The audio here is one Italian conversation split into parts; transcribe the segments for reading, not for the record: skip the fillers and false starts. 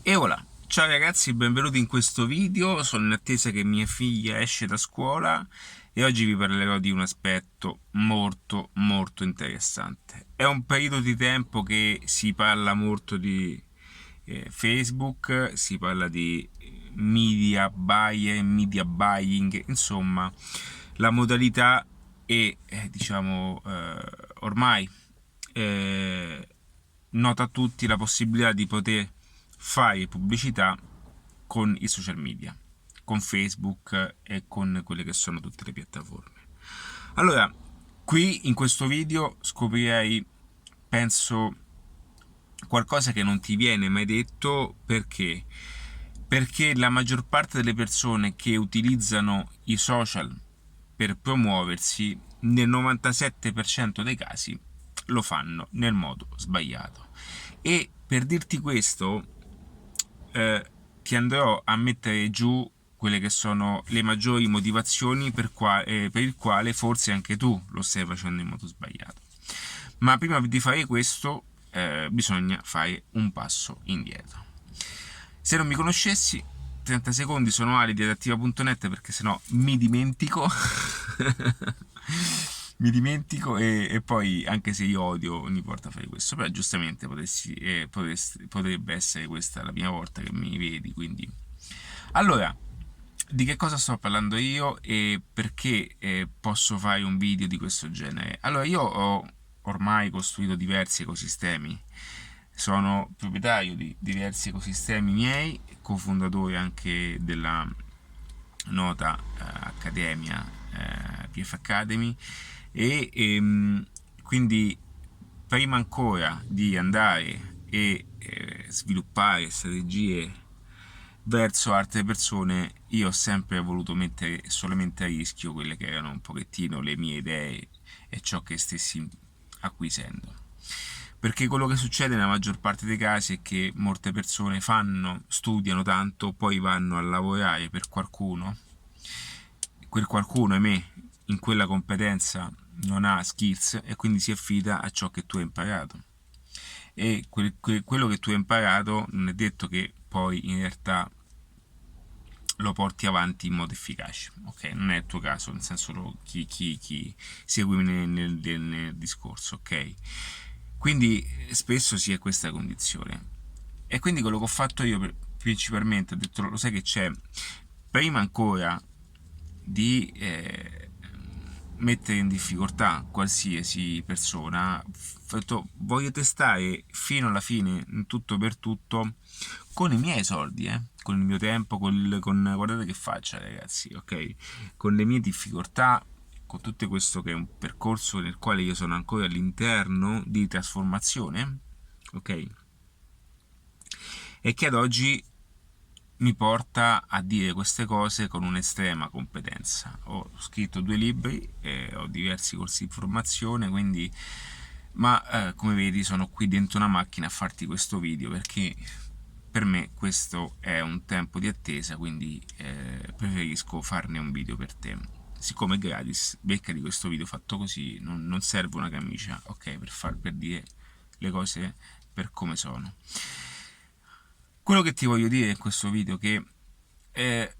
E voilà, ciao ragazzi, benvenuti in questo video. Sono in attesa che mia figlia esce da scuola e oggi vi parlerò di un aspetto molto interessante. È un periodo di tempo che si parla molto di Facebook, si parla di media buyer, media buying, insomma, la modalità è, ormai eh, nota a tutti la possibilità di poter fare pubblicità con i social media, con Facebook e con quelle che sono tutte le piattaforme. Allora, qui in questo video scoprirei, penso, qualcosa che non ti viene mai detto. Perché la maggior parte delle persone che utilizzano i social per promuoversi, nel 97% dei casi, lo fanno nel modo sbagliato. E per dirti questo, ti andrò a mettere giù quelle che sono le maggiori motivazioni per il quale forse anche tu lo stai facendo in modo sbagliato. Ma prima di fare questo, bisogna fare un passo indietro. Se non mi conoscessi, 30 secondi, sono Ali di adattiva.net, perché sennò mi dimentico. Mi dimentico e poi, anche se io odio ogni volta fare questo, però giustamente potrebbe essere questa la prima volta che mi vedi, quindi allora, di che cosa sto parlando io e perché posso fare un video di questo genere? Allora, io ho ormai costruito diversi ecosistemi, sono proprietario di diversi ecosistemi miei, cofondatore anche della nota accademia PF Academy quindi prima ancora di andare e sviluppare strategie verso altre persone, io ho sempre voluto mettere solamente a rischio quelle che erano un pochettino le mie idee e ciò che stessi acquisendo. Perché quello che succede nella maggior parte dei casi è che molte persone studiano tanto, poi vanno a lavorare per qualcuno, quel qualcuno, ahimè, in quella competenza non ha skills e quindi si affida a ciò che tu hai imparato. E quello che tu hai imparato non è detto che poi in realtà lo porti avanti in modo efficace, ok? Non è il tuo caso, nel senso chi seguimi nel discorso, ok? Quindi spesso si è questa condizione. E quindi quello che ho fatto io principalmente, ho detto, lo sai che c'è, prima ancora di mettere in difficoltà qualsiasi persona, voglio testare fino alla fine, in tutto per tutto, con i miei soldi, con il mio tempo, guardate che faccia ragazzi, ok? Con le mie difficoltà, con tutto questo che è un percorso nel quale io sono ancora all'interno di trasformazione, ok? E che ad oggi mi porta a dire queste cose con un'estrema competenza. Ho scritto 2 libri, ho diversi corsi di formazione, quindi come vedi sono qui dentro una macchina a farti questo video perché per me questo è un tempo di attesa, quindi preferisco farne un video per te. Siccome è gratis, beccati questo video fatto così, non serve una camicia, ok, per dire le cose per come sono. Quello che ti voglio dire in questo video che eh,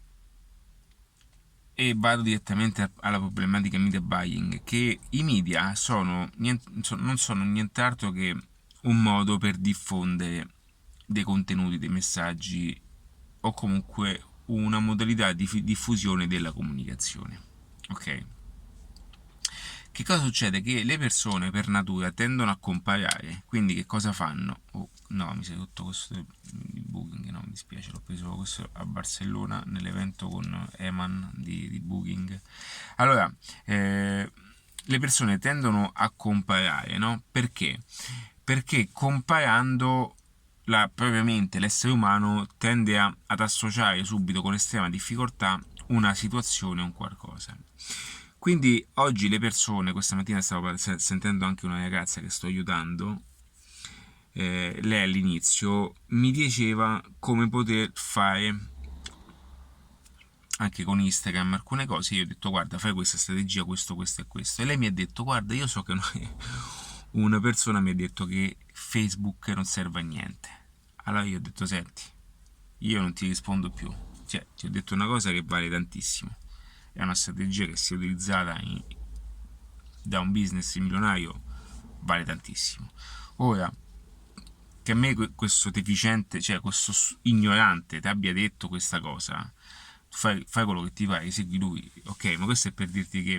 e vado direttamente alla problematica media buying, che i media non sono nient'altro che un modo per diffondere dei contenuti, dei messaggi o comunque una modalità di diffusione della comunicazione, ok? Che cosa succede? Che le persone per natura tendono a comparare, quindi che cosa fanno? Oh, no, mi si è rotto questo di Booking, no, mi dispiace, l'ho preso questo a Barcellona nell'evento con Eman di Booking. Allora, le persone tendono a comparare, no? Perché? Perché comparando la propria mente, l'essere umano tende ad associare subito con estrema difficoltà una situazione o un qualcosa. Quindi oggi le persone, questa mattina stavo sentendo anche una ragazza che sto aiutando, lei all'inizio mi diceva come poter fare anche con Instagram alcune cose. Io ho detto guarda, fai questa strategia, questo e questo, e lei mi ha detto guarda, io so che una persona mi ha detto che Facebook non serve a niente. Allora io ho detto, senti, io non ti rispondo più, cioè ti ho detto una cosa che vale tantissimo, è una strategia che si è utilizzata da un business milionario, vale tantissimo. Ora, che a me questo deficiente, cioè questo ignorante ti abbia detto questa cosa, fai quello che ti pare, segui lui, ok, ma questo è per dirti che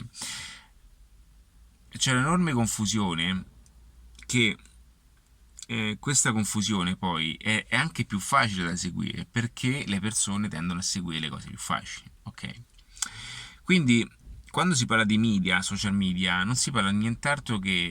c'è un'enorme confusione, che questa confusione poi è anche più facile da seguire perché le persone tendono a seguire le cose più facili, ok? Quindi quando si parla di media, social media, non si parla di nient'altro che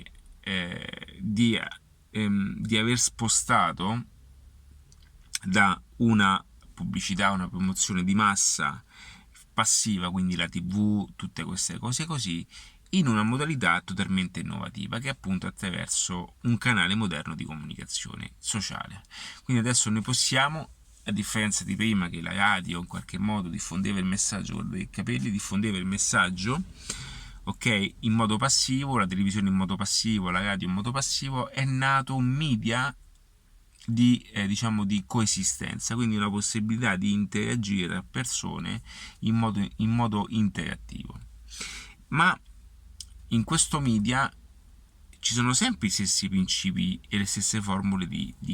di aver spostato da una pubblicità, una promozione di massa passiva, quindi la TV, tutte queste cose così, in una modalità totalmente innovativa, che è appunto attraverso un canale moderno di comunicazione sociale. Quindi adesso noi possiamo, a differenza di prima che la radio in qualche modo diffondeva il messaggio, guarda i capelli, diffondeva il messaggio, ok, in modo passivo, la televisione in modo passivo, la radio in modo passivo, è nato un media diciamo di coesistenza, quindi una possibilità di interagire tra persone in modo interattivo. Ma in questo media ci sono sempre i stessi principi e le stesse formule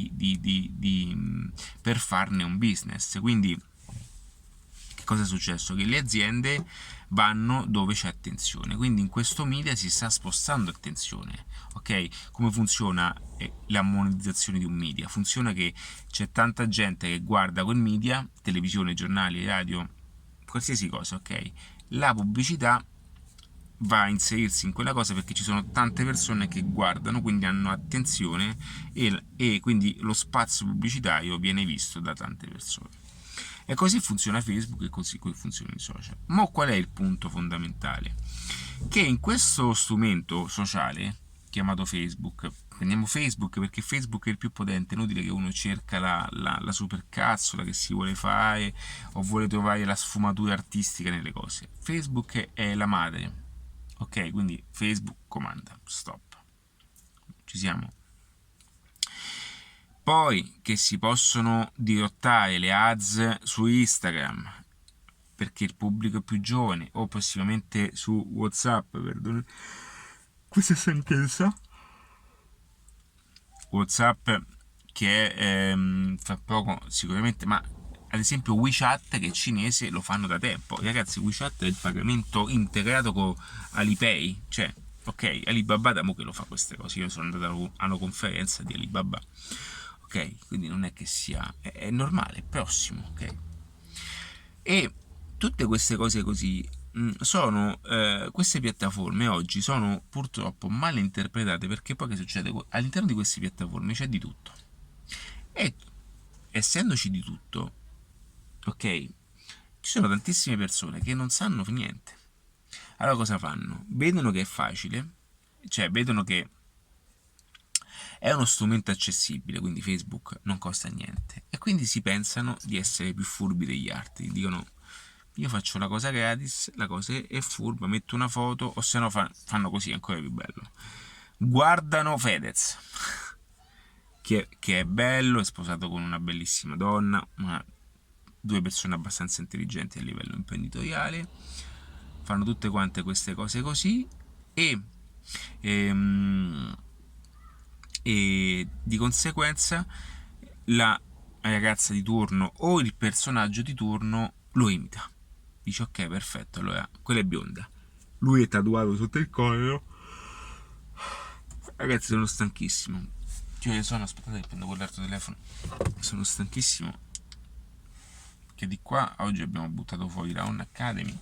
per farne un business. Quindi che cosa è successo? Che le aziende vanno dove c'è attenzione, quindi in questo media si sta spostando attenzione, ok? Come funziona la monetizzazione di un media? Funziona che c'è tanta gente che guarda quel media, televisione, giornali, radio, qualsiasi cosa, ok? La pubblicità va a inserirsi in quella cosa perché ci sono tante persone che guardano, quindi hanno attenzione e quindi lo spazio pubblicitario viene visto da tante persone. E così funziona Facebook e così funzionano i social. Ma qual è il punto fondamentale? Che in questo strumento sociale chiamato Facebook, prendiamo Facebook perché Facebook è il più potente, è inutile che uno cerca la supercazzola che si vuole fare o vuole trovare la sfumatura artistica nelle cose. Facebook è la madre, ok? Quindi Facebook comanda, stop. Ci siamo? Poi che si possono dirottare le ads su Instagram perché il pubblico è più giovane o possibilmente su WhatsApp, perdone. Questa stanchezza. WhatsApp che è fra poco sicuramente, ma ad esempio WeChat che è cinese lo fanno da tempo. Ragazzi, WeChat è il pagamento integrato con Alipay, cioè ok, Alibaba da mo che lo fa queste cose. Io sono andato a una conferenza di Alibaba, ok, quindi non è che sia, è normale, è prossimo, ok. E tutte queste cose così sono queste piattaforme oggi sono purtroppo mal interpretate perché poi che succede? All'interno di queste piattaforme c'è di tutto e essendoci di tutto, ok, ci sono tantissime persone che non sanno niente. Allora cosa fanno? Vedono che è facile, cioè vedono che è uno strumento accessibile, quindi Facebook non costa niente e quindi si pensano di essere più furbi degli altri, dicono io faccio la cosa gratis, la cosa è furba, metto una foto o se no fanno così, è ancora più bello. Guardano Fedez, che è bello, è sposato con una bellissima donna, due persone abbastanza intelligenti a livello imprenditoriale, fanno tutte quante queste cose così e, ehm, e di conseguenza la ragazza di turno o il personaggio di turno lo imita. Dice ok, perfetto, allora quella è bionda, lui è tatuato sotto il collo. Ragazzi, sono stanchissimo. Aspettate che prendo quell'altro telefono. Sono stanchissimo. Che di qua oggi abbiamo buttato fuori la On Academy.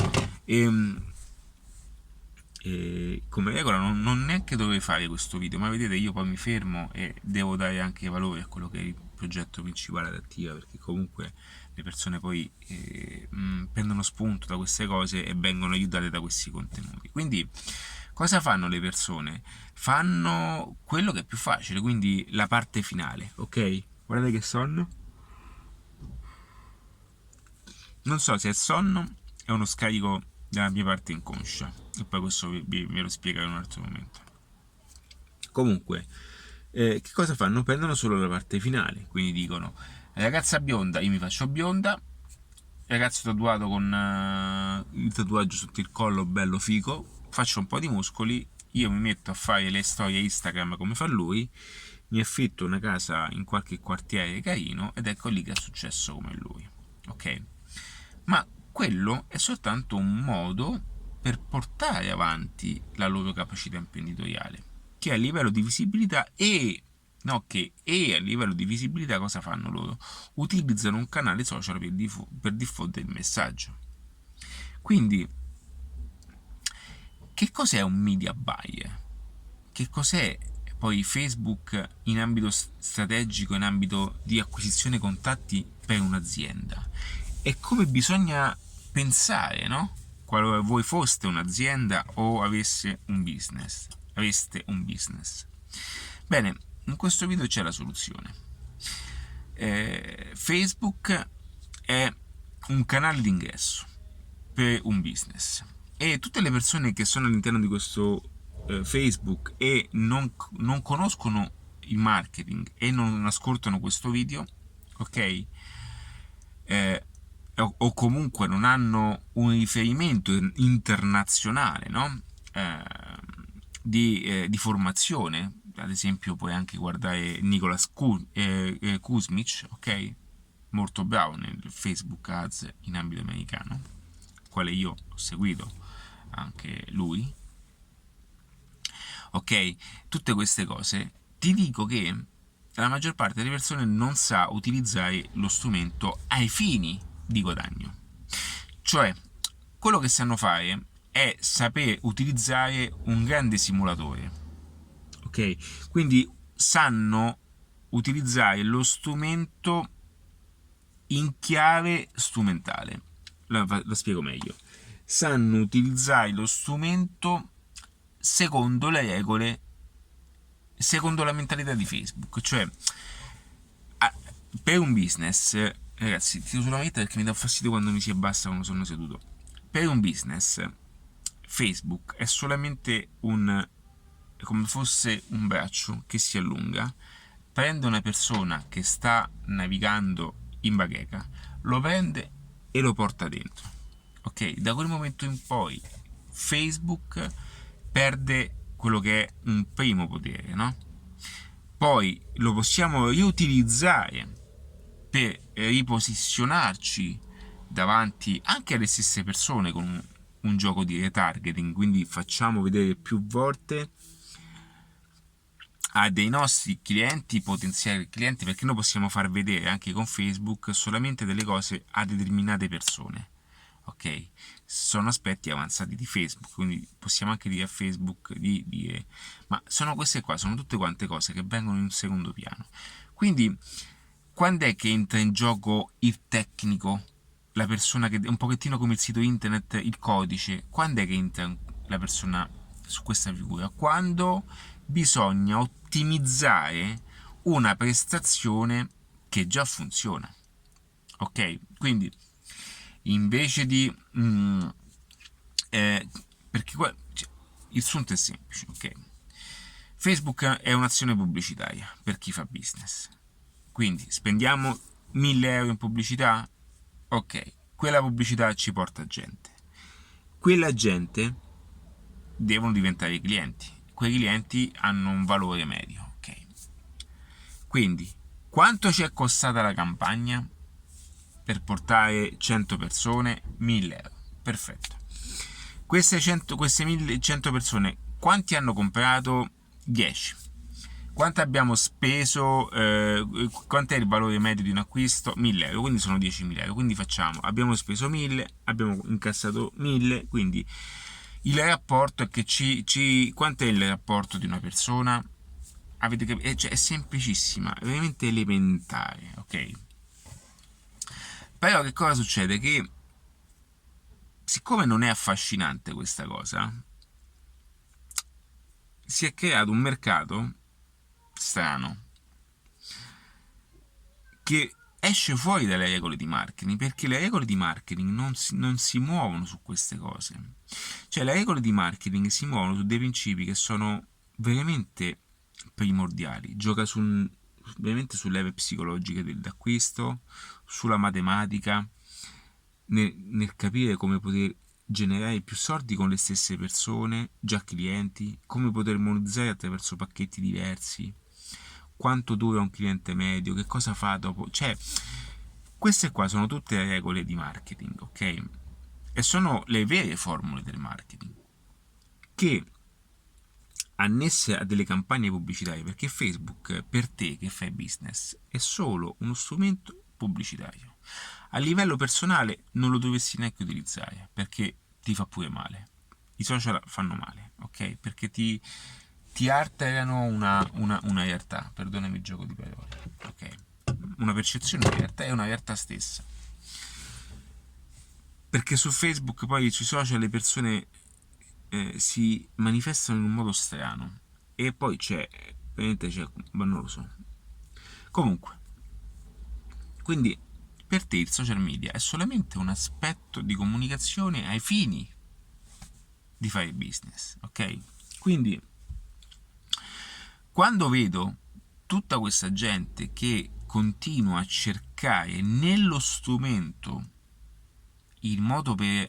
E come regola non neanche dovrei fare questo video, ma vedete io poi mi fermo e devo dare anche valore a quello che è il progetto principale ad Attiva, perché comunque le persone poi prendono spunto da queste cose e vengono aiutate da questi contenuti. Quindi cosa fanno le persone? Fanno quello che è più facile, quindi la parte finale, ok? Guardate che sonno. Non so se è sonno è uno scarico della mia parte inconscia e poi questo ve lo spiego in un altro momento. Comunque che cosa fanno? Prendono solo la parte finale, quindi dicono ragazza bionda, io mi faccio bionda, ragazzo tatuato con il tatuaggio sotto il collo bello fico, faccio un po' di muscoli, io mi metto a fare le storie Instagram come fa lui, mi affitto una casa in qualche quartiere carino ed ecco lì che è successo come lui, ok? Ma quello è soltanto un modo per portare avanti la loro capacità imprenditoriale, che a livello di visibilità e a livello di visibilità cosa fanno loro? Utilizzano un canale social per diffondere il messaggio. Quindi, che cos'è un media buyer? Che cos'è poi Facebook in ambito strategico, in ambito di acquisizione contatti per un'azienda? E come bisogna pensare, no? Qualora voi foste un'azienda o aveste un business. Bene, in questo video c'è la soluzione. Facebook è un canale d'ingresso per un business e tutte le persone che sono all'interno di questo Facebook e non conoscono il marketing e non ascoltano questo video, ok? O comunque non hanno un riferimento internazionale, no? Di formazione, ad esempio puoi anche guardare Nicolas Kuzmich, ok? Molto bravo nel Facebook Ads in ambito americano, quale io ho seguito anche lui, ok? Tutte queste cose, ti dico che la maggior parte delle persone non sa utilizzare lo strumento ai fini di guadagno. Cioè, quello che sanno fare è saper utilizzare un grande simulatore, ok? Quindi sanno utilizzare lo strumento in chiave strumentale. La spiego meglio. Sanno utilizzare lo strumento secondo le regole, secondo la mentalità di Facebook. Cioè, per un business, ragazzi, tiro sulla manetta perché mi dà fastidio quando mi si abbassa quando sono seduto. Per un business, Facebook è solamente come fosse un braccio che si allunga, prende una persona che sta navigando in bacheca, lo prende e lo porta dentro. Ok? Da quel momento in poi Facebook perde quello che è un primo potere, no? Poi lo possiamo riutilizzare per riposizionarci davanti anche alle stesse persone con un gioco di retargeting, quindi facciamo vedere più volte a dei nostri clienti, potenziali clienti, perché noi possiamo far vedere anche con Facebook solamente delle cose a determinate persone, ok? Sono aspetti avanzati di Facebook, quindi possiamo anche dire a Facebook di dire, ma sono queste qua, sono tutte quante cose che vengono in secondo piano. Quindi quando è che entra in gioco il tecnico, la persona che un pochettino come il sito internet, il codice, quando è che entra la persona su questa figura? Quando bisogna ottimizzare una prestazione che già funziona, ok? Quindi invece di perché cioè, il sunto è semplice, ok? Facebook è un'azione pubblicitaria per chi fa business, quindi spendiamo 1000 euro in pubblicità, ok, quella pubblicità ci porta gente, quella gente devono diventare clienti, quei clienti hanno un valore medio, ok? Quindi quanto ci è costata la campagna per portare 100 persone? 1000 euro, perfetto. Queste 100 persone quanti hanno comprato? 10. Quanto abbiamo speso? Quanto è il valore medio di un acquisto? 1000 euro, quindi sono 10.000 euro. Quindi abbiamo speso 1000, abbiamo incassato 1000, quindi il rapporto è che quanto è il rapporto di una persona? Avete capito? Cioè, è semplicissima, è veramente elementare, ok? Però che cosa succede? Che siccome non è affascinante questa cosa, si è creato un mercato strano che esce fuori dalle regole di marketing, perché le regole di marketing non si muovono su queste cose. Cioè le regole di marketing si muovono su dei principi che sono veramente primordiali. Gioca ovviamente sulle leve psicologiche dell'acquisto, sulla matematica, nel capire come poter generare più soldi con le stesse persone, già clienti, come poter monetizzare attraverso pacchetti diversi, quanto dura un cliente medio, che cosa fa dopo. Cioè, queste qua sono tutte regole di marketing, ok? E sono le vere formule del marketing, che annesse a delle campagne pubblicitarie, perché Facebook per te che fai business è solo uno strumento pubblicitario. A livello personale non lo dovresti neanche utilizzare, perché ti fa pure male. I social fanno male, ok? Perché ti alterano una realtà, perdonami il gioco di parole, ok? Una percezione di realtà è una realtà stessa. Perché su Facebook, poi sui social, le persone si manifestano in un modo strano, e poi veramente ma non lo so. Comunque, quindi per te il social media è solamente un aspetto di comunicazione ai fini di fare business, ok? Quindi quando vedo tutta questa gente che continua a cercare nello strumento il modo per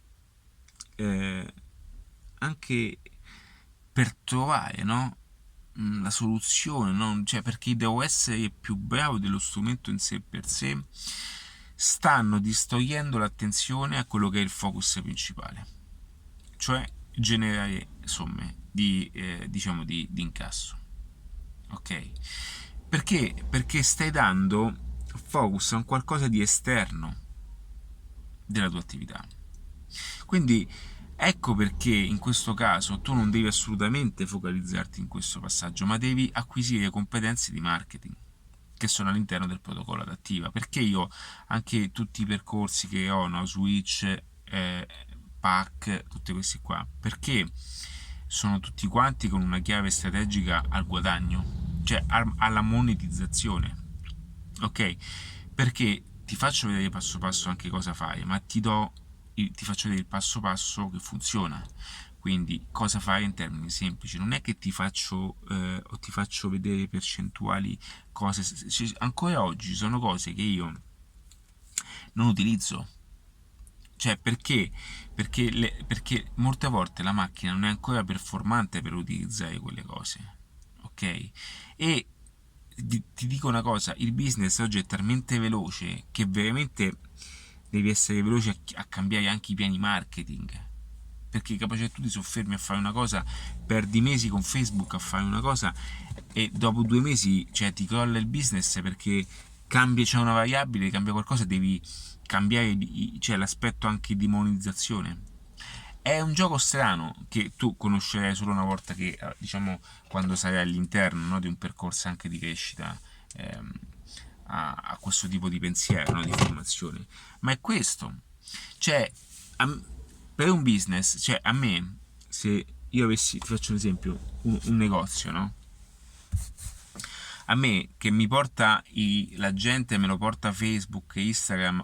anche per trovare, no? La soluzione, no? Cioè, perché devo essere più bravo dello strumento in sé per sé, stanno distogliendo l'attenzione a quello che è il focus principale, cioè generare somme diciamo di incasso, ok? Perché stai dando focus a un qualcosa di esterno della tua attività. Quindi ecco perché in questo caso tu non devi assolutamente focalizzarti in questo passaggio, ma devi acquisire competenze di marketing che sono all'interno del protocollo adattiva. Perché io anche tutti i percorsi che ho, no, Switch, PAC, tutti questi qua, perché sono tutti quanti con una chiave strategica al guadagno, cioè alla monetizzazione, ok? Perché ti faccio vedere passo passo anche cosa fai, ma ti faccio vedere il passo passo che funziona. Quindi cosa fare in termini semplici. Non è che ti faccio vedere percentuali, cose. Ancora oggi ci sono cose che io non utilizzo. Cioè, perché molte volte la macchina non è ancora performante per utilizzare quelle cose, ok? E ti dico una cosa, il business oggi è talmente veloce che veramente devi essere veloce a cambiare anche i piani marketing, perché capace che tu ti soffermi a fare una cosa, perdi mesi con Facebook a fare una cosa, e dopo 2 mesi, cioè, ti crolla il business perché cambia, c'è una variabile, cambia qualcosa, devi cambiare, cioè, l'aspetto anche di monetizzazione. È un gioco strano che tu conoscerai solo una volta che, diciamo, quando sarai all'interno, no, di un percorso anche di crescita, ehm, a questo tipo di pensiero, no, di formazione. Ma è questo. Cioè, a- per un business, cioè a me, se io avessi, ti faccio un esempio, un negozio, no? A me che mi porta la gente, me lo porta Facebook, Instagram,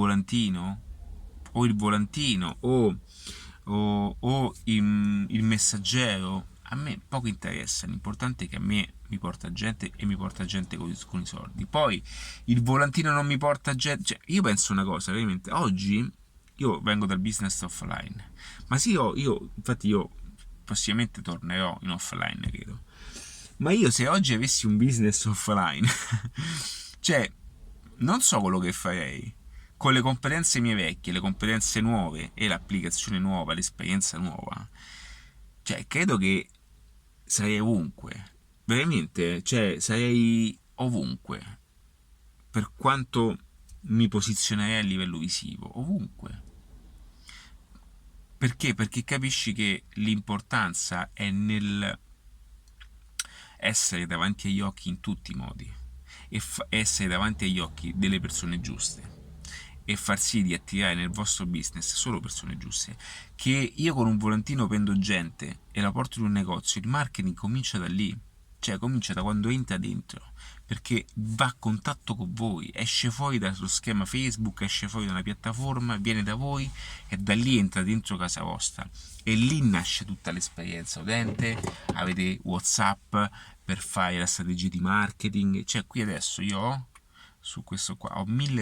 o il messaggero, a me poco interessa. L'importante è che a me mi porta gente, e mi porta gente con i soldi. Poi il volantino non mi porta gente, cioè, io penso una cosa, veramente, oggi io vengo dal business offline, ma sì, infatti io prossimamente tornerò in offline, credo. Ma io, se oggi avessi un business offline, cioè, non so quello che farei. Con le competenze mie vecchie, le competenze nuove e l'applicazione nuova, l'esperienza nuova, cioè, credo che sarei ovunque. Veramente, cioè, sarei ovunque. Per quanto mi posizionerei a livello visivo, ovunque. Perché? Perché capisci che l'importanza è nel essere davanti agli occhi in tutti i modi, e essere davanti agli occhi delle persone giuste, e far sì di attirare nel vostro business solo persone giuste. Che io con un volantino prendo gente e la porto in un negozio, il marketing comincia da lì, cioè comincia da quando entra dentro, perché va a contatto con voi, esce fuori dallo schema Facebook, esce fuori da una piattaforma, viene da voi e da lì entra dentro casa vostra, e lì nasce tutta l'esperienza utente. Avete WhatsApp per fare la strategia di marketing. Cioè qui adesso io ho, su questo qua, ho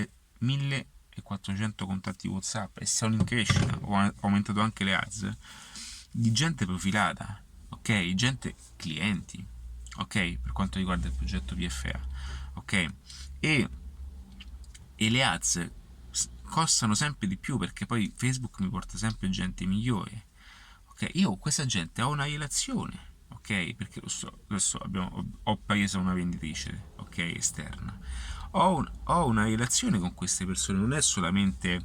1400 contatti WhatsApp e sono in crescita, ho aumentato anche le ads di gente profilata, ok? Gente clienti, ok? Per quanto riguarda il progetto PFA, ok? E, e le ads costano sempre di più perché poi Facebook mi porta sempre gente migliore, ok? Io con questa gente ho una relazione, ok? Perché ho preso una venditrice, ok? Esterna. Ho una relazione con queste persone, non è solamente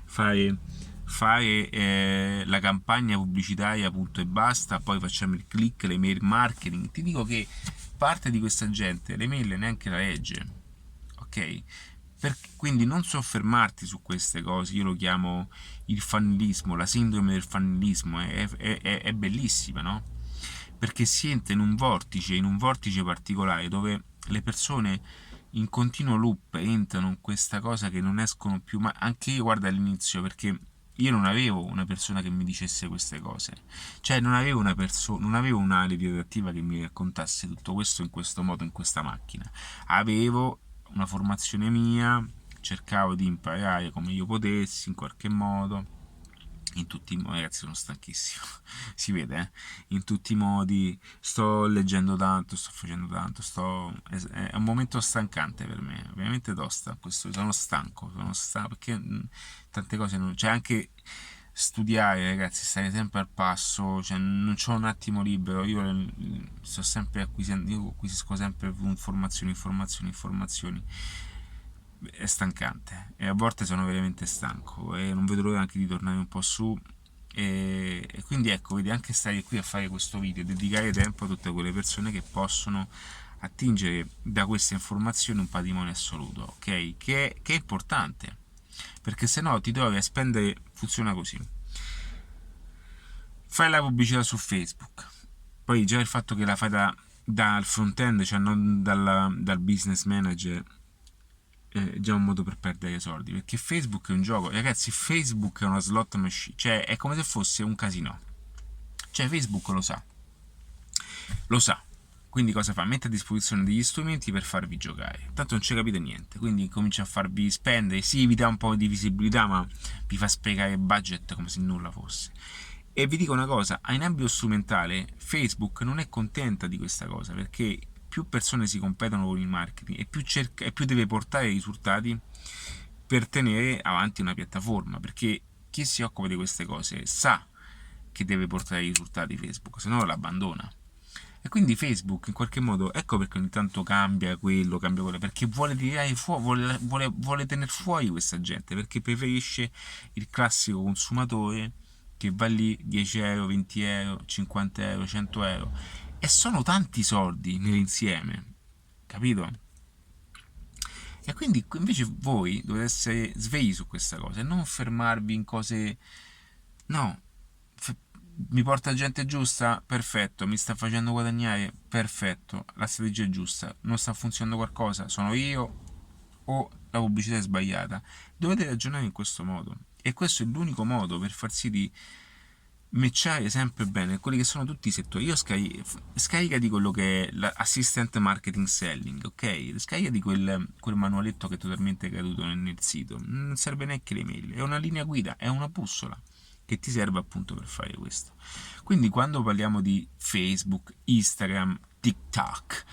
fare la campagna pubblicitaria punto e basta, poi facciamo il click, le mail marketing. Ti dico che parte di questa gente le mail neanche la legge, ok? Quindi non soffermarti su queste cose, io lo chiamo il fannilismo, la sindrome del fannilismo, è bellissima, no? Perché si entra in un vortice particolare dove le persone in continuo loop entrano in questa cosa che non escono più, ma anche io guarda all'inizio, perché io non avevo una persona che mi dicesse queste cose, cioè non avevo una persona, non avevo una rete attiva che mi raccontasse tutto questo in questo modo, in questa macchina. Avevo una formazione mia, cercavo di imparare come io potessi in qualche modo, in tutti i modi. Ragazzi, sono stanchissimo, si vede, in tutti i modi. Sto leggendo tanto, sto facendo tanto, è un momento stancante per me, veramente tosta questo. Sono stanco perché tante cose non, cioè anche studiare, ragazzi, stare sempre al passo, cioè non c'ho un attimo libero, io sto sempre acquisendo, io acquisisco sempre informazioni, è stancante e a volte sono veramente stanco e non vedo l'ora anche di tornare un po' su, e quindi ecco, vedi, anche stare qui a fare questo video, dedicare tempo a tutte quelle persone che possono attingere da queste informazioni un patrimonio assoluto, ok? Che è importante, perché se no ti trovi a spendere. Funziona così: fai la pubblicità su Facebook, poi già il fatto che la fai dal front-end, cioè non dal business manager, è già un modo per perdere soldi, perché Facebook è un gioco, ragazzi. Facebook è una slot machine, cioè è come se fosse un casino, cioè Facebook lo sa, quindi cosa fa? Mette a disposizione degli strumenti per farvi giocare, tanto non ci capite niente, quindi comincia a farvi spendere, sì, vi dà un po' di visibilità, ma vi fa sprecare budget come se nulla fosse. E vi dico una cosa, in ambito strumentale Facebook non è contenta di questa cosa, perché più persone si competono con il marketing e più deve portare risultati per tenere avanti una piattaforma, perché chi si occupa di queste cose sa che deve portare risultati Facebook, se no l'abbandona. E quindi Facebook in qualche modo, ecco perché ogni tanto cambia quello, perché vuole tirare fuori, vuole tenere fuori questa gente, perché preferisce il classico consumatore che va lì 10 euro, 20 euro, 50 euro, 100 euro, e sono tanti soldi nell'insieme, capito? E quindi invece voi dovete essere svegli su questa cosa e non fermarvi in cose. No, mi porta gente giusta? Perfetto. Mi sta facendo guadagnare? Perfetto. La strategia è giusta. Non sta funzionando qualcosa? Sono io o la pubblicità è sbagliata? Dovete ragionare in questo modo. E questo è l'unico modo per far sì di matchare sempre bene quelli che sono tutti i settori. Io scaricati quello che è l'assistant marketing selling, ok? Scaricati quel manualetto che è totalmente caduto nel sito. Non serve neanche l'email, è una linea guida, è una bussola che ti serve appunto per fare questo. Quindi quando parliamo di Facebook, Instagram, TikTok,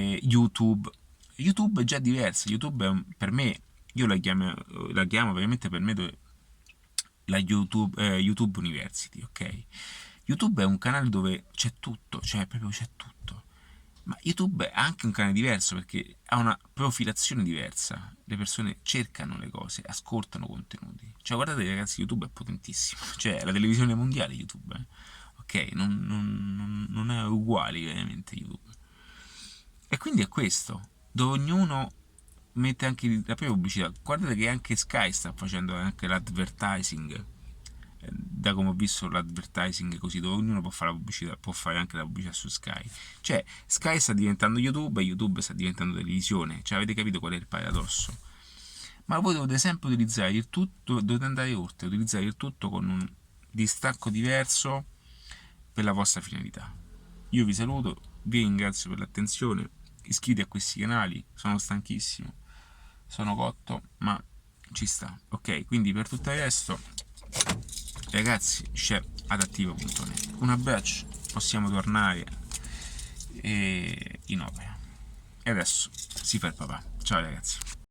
YouTube è già diverso. YouTube per me, io la chiamo veramente per me la YouTube University, ok? YouTube è un canale dove c'è tutto, cioè proprio c'è tutto. Ma YouTube è anche un canale diverso perché ha una profilazione diversa. Le persone cercano le cose, ascoltano contenuti. Cioè, guardate, ragazzi, YouTube è potentissimo. Cioè, è la televisione mondiale YouTube. Ok, non è uguale veramente YouTube. E quindi è questo, dove ognuno mette anche la propria pubblicità. Guardate che anche Sky sta facendo anche l'advertising, da come ho visto l'advertising così, dove ognuno può fare la pubblicità, può fare anche la pubblicità su Sky. Cioè Sky sta diventando YouTube e YouTube sta diventando televisione. Cioè, avete capito qual è il paradosso? Ma voi dovete sempre utilizzare il tutto, dovete andare oltre, utilizzare il tutto con un distacco diverso per la vostra finalità. Io vi saluto, vi ringrazio per l'attenzione, iscrivetevi a questi canali, sono stanchissimo, sono cotto, ma ci sta, ok? Quindi per tutto il resto, ragazzi, c'è adattivo.net. Un abbraccio, possiamo tornare in opera. E adesso si fa il papà. Ciao ragazzi.